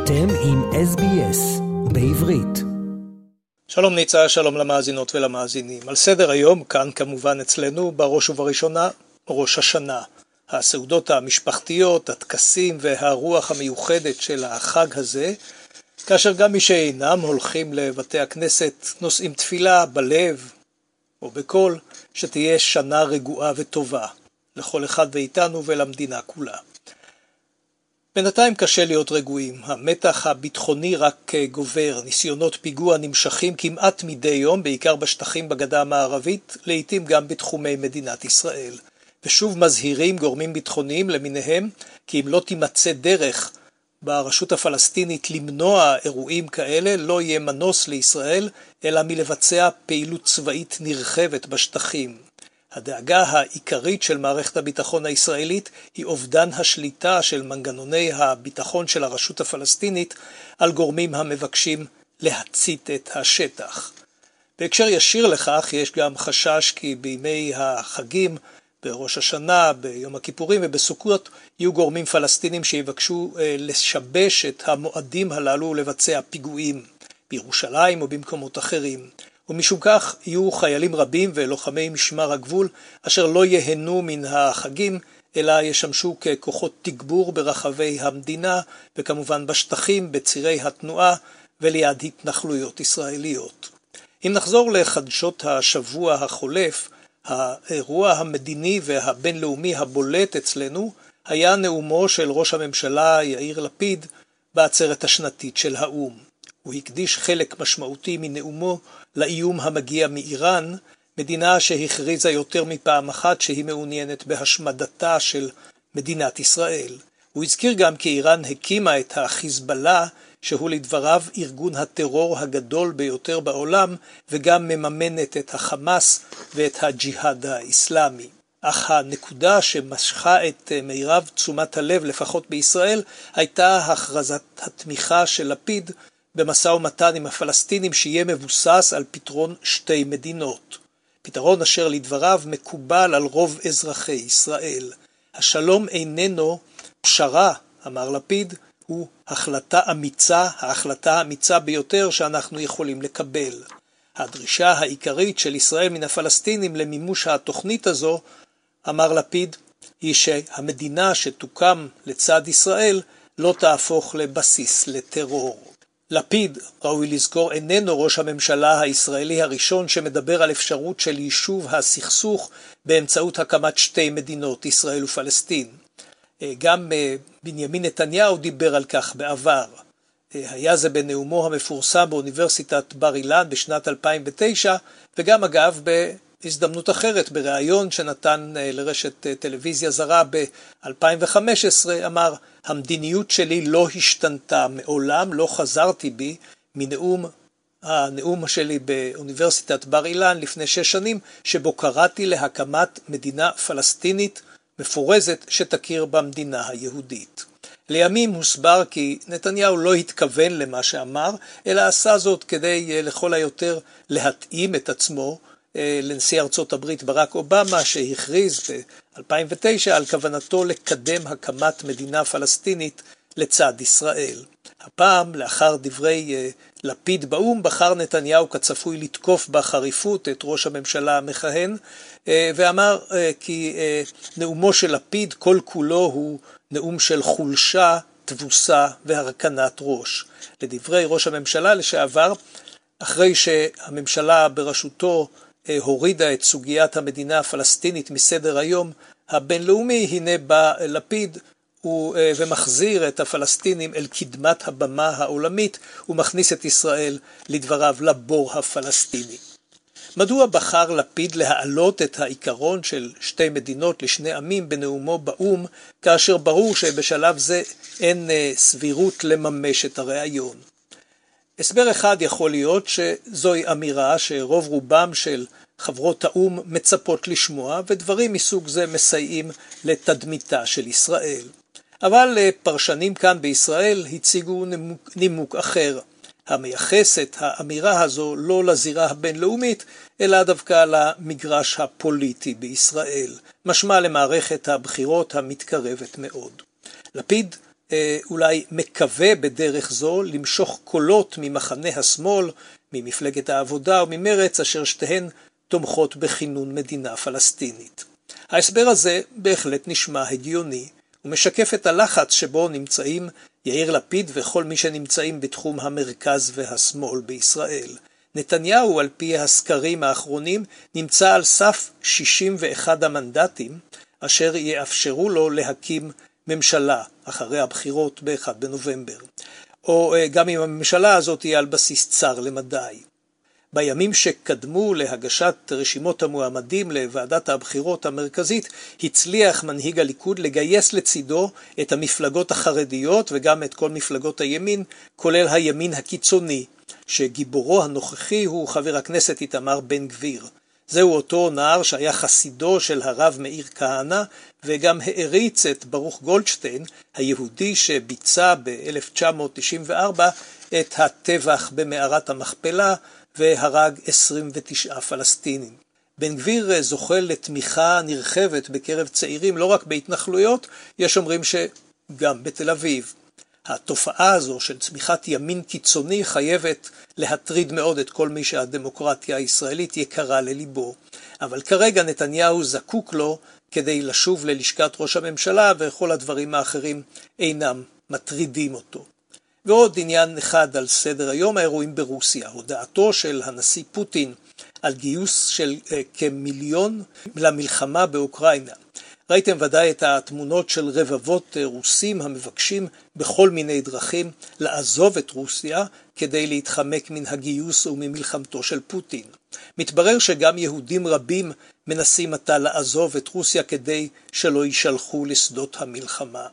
אתם עם SBS בעברית. שלום ניצה, שלום למאזינות ולמאזינים. על סדר היום, כאן כמובן אצלנו, בראש ובראשונה, ראש השנה. הסעודות המשפחתיות, הטקסים והרוח המיוחדת של החג הזה, כאשר גם מי שאינם הולכים לבתי הכנסת נושאים תפילה בלב או בקול, שתהיה שנה רגועה וטובה לכל אחד ואיתנו ולמדינה כולה. בינתיים קשה להיות רגועים, המתח הביטחוני רק גובר, ניסיונות פיגוע נמשכים כמעט מדי יום, בעיקר בשטחים בגדה המערבית, לעתים גם בתחומי מדינת ישראל. ושוב מזהירים גורמים ביטחוניים למיניהם, כי אם לא תימצא דרך ברשות הפלסטינית למנוע אירועים כאלה, לא יהיה מנוס לישראל, אלא מלבצע פעילות צבאית נרחבת בשטחים. הדאגה העיקרית של מערכת הביטחון הישראלית היא אובדן השליטה של מנגנוני הביטחון של הרשות הפלסטינית על גורמים המבקשים להצית את השטח. בהקשר ישיר לכך יש גם חשש כי בימי החגים, בראש השנה, ביום הכיפורים ובסוכות, יהיו גורמים פלסטינים שיבקשו לשבש את המועדים הללו ולבצע פיגועים בירושלים או במקומות אחרים. ומשום כך יהיו חיילים רבים ולוחמי משמר הגבול אשר לא יהנו מן החגים, אלא ישמשו ככוחות תגבור ברחבי המדינה, וכמובן בשטחים, בצירי התנועה וליד התנחלויות ישראליות. אם נחזור לחדשות השבוע החולף, האירוע המדיני והבינלאומי הבולט אצלנו היה נאומו של ראש הממשלה יאיר לפיד בעצרת השנתית של האו"ם. הוא הקדיש חלק משמעותי מנאומו לאיום המגיע מאיראן, מדינה שהכריזה יותר מפעם אחת שהיא מעוניינת בהשמדתה של מדינת ישראל. הוא הזכיר גם כי איראן הקימה את החיזבאללה, שהוא לדבריו ארגון הטרור הגדול ביותר בעולם, וגם מממנת את החמאס ואת הג'יהאד האסלאמי. אך הנקודה שמשכה את מירב תשומת הלב, לפחות בישראל, הייתה הכרזת התמיכה של לפיד במשא ומתן עם הפלסטינים שיהיה מבוסס על פתרון שתי מדינות. פתרון אשר לדבריו מקובל על רוב אזרחי ישראל. השלום איננו פשרה, אמר לפיד, הוא החלטה אמיצה, ההחלטה האמיצה ביותר שאנחנו יכולים לקבל. הדרישה העיקרית של ישראל מן הפלסטינים למימוש התוכנית הזו, אמר לפיד, היא שהמדינה שתוקם לצד ישראל לא תהפוך לבסיס לטרור. לפיד, ראוי לזכור, איננו ראש הממשלה הישראלי הראשון שמדבר על אפשרות של יישוב הסכסוך באמצעות הקמת שתי מדינות, ישראל ופלסטין. גם בנימין נתניהו דיבר על כך בעבר. היה זה בנאומו המפורסם באוניברסיטת בר אילן בשנת 2009, וגם אגב בהזדמנות אחרת, בריאיון שנתן לרשת טלוויזיה זרה ב-2015, אמר, המדיניות שלי לא השתנתה, מעולם לא חזרתי בי הנאום שלי באוניברסיטת בר אילן לפני 6 שנים, שבו קראתי להקמת מדינה פלסטינית מפורזת שתכיר במדינה היהודית. לימים הוסבר כי נתניהו לא התכוון למה שאמר, אלא עשה זאת כדי לכל היותר להתאים את עצמו לנשיא ארצות הברית ברק אובמה, שהכריז ב-2009 על כוונתו לקדם הקמת מדינה פלסטינית לצד ישראל. הפעם, לאחר דברי לפיד באו"ם, בחר נתניהו כצפוי לתקוף בחריפות את ראש הממשלה המכהן, ואמר כי נאומו של לפיד כל כולו הוא נאום של חולשה, תבוסה והרכנת ראש. לדברי ראש הממשלה לשעבר, אחרי שהממשלה בראשותו הורידה את סוגיית המדינה הפלסטינית מסדר היום הבינלאומי, הנה בא לפיד ומחזיר את הפלסטינים אל קדמת הבמה העולמית ומכניס את ישראל לדבריו לבור הפלסטיני. מדוע בחר לפיד להעלות את העיקרון של שתי מדינות לשני עמים בנאומו באו"ם, כאשר ברור שבשלב זה אין סבירות לממש את הרעיון? הסבר אחד יכול להיות שזוהי אמירה שרוב רובם של חברות האו"ם מצפות לשמוע, ודברים מסוג זה מסייעים לתדמיתה של ישראל. אבל פרשנים כאן בישראל הציגו נימוק אחר, המייחס את האמירה הזו לא לזירה הבינלאומית, אלא דווקא למגרש הפוליטי בישראל, משמע למערכת הבחירות המתקרבת מאוד. לפיד אולי מקווה בדרך זו למשוך קולות ממחנה השמאל, ממפלגת העבודה וממרץ, אשר שתיהן תומכות בכינון מדינה פלסטינית. ההסבר הזה בהחלט נשמע הגיוני, ומשקף את הלחץ שבו נמצאים יאיר לפיד וכל מי שנמצאים בתחום המרכז והשמאל בישראל. נתניהו, על פי הסקרים האחרונים, נמצא על סף 61 המנדטים, אשר יאפשרו לו להקים ממשלה אחרי הבחירות ב-1 בנובמבר. או גם אם הממשלה הזאת תהיה על בסיס צר למדי. בימים שקדמו להגשת רשימות המועמדים לוועדת הבחירות המרכזית, הצליח מנהיג הליכוד לגייס לצידו את המפלגות החרדיות וגם את כל מפלגות הימין, כולל הימין הקיצוני, שגיבורו הנוכחי הוא חבר הכנסת איתמר בן גביר. זהו אותו נער שהיה חסידו של הרב מאיר כהנא, וגם העריץ את ברוך גולדשטיין, היהודי שביצע ב-1994 את הטבח במערת המכפלה, והרג 29 פלסטינים. בן גביר זוכה לתמיכה נרחבת בקרב צעירים, לא רק בהתנחלויות, יש אומרים שגם בתל אביב. התופעה הזו של צמיחת ימין קיצוני חייבת להטריד מאוד את כל מי שהדמוקרטיה הישראלית יקרה לליבו. אבל כרגע נתניהו זקוק לו כדי לשוב ללשכת ראש הממשלה, וכל הדברים האחרים אינם מטרידים אותו. ועוד עניין אחד על סדר היום, האירועים ברוסיה. הודעתו של הנשיא פוטין על גיוס של כמיליון למלחמה באוקראינה. ראיתם ודאי את התמונות של רבבות רוסים המבקשים בכל מיני דרכים לעזוב את רוסיה כדי להתחמק מן הגיוס וממלחמתו של פוטין. מתברר שגם יהודים רבים מנסים עתה לעזוב את רוסיה כדי שלא יישלחו לשדות המלחמה.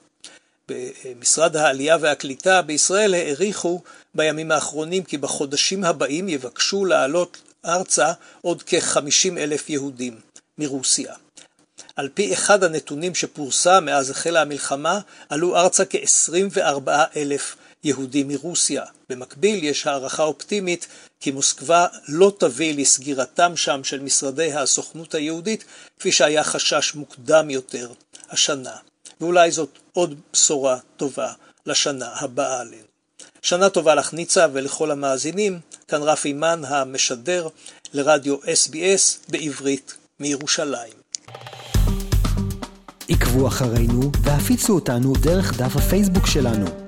במשרד העלייה והקליטה בישראל העריכו בימים האחרונים כי בחודשים הבאים יבקשו לעלות ארצה עוד כ-50,000 יהודים מרוסיה. על פי אחד הנתונים שפורסם מאז החלה המלחמה, עלו ארצה כ-24,000 יהודים מרוסיה. במקביל יש הערכה אופטימית כי מוסקבה לא תביא לסגירתם שם של משרדי הסוכנות היהודית, כפי שהיה חשש מוקדם יותר השנה. ואולי זאת עוד בשורה טובה לשנה הבאה עלינו. שנה טובה לך ניצה ולכל המאזינים, כאן רפי מן המשדר לרדיו SBS בעברית מירושלים. עקבו אחרינו והפיצו אותנו דרך דף הפייסבוק שלנו.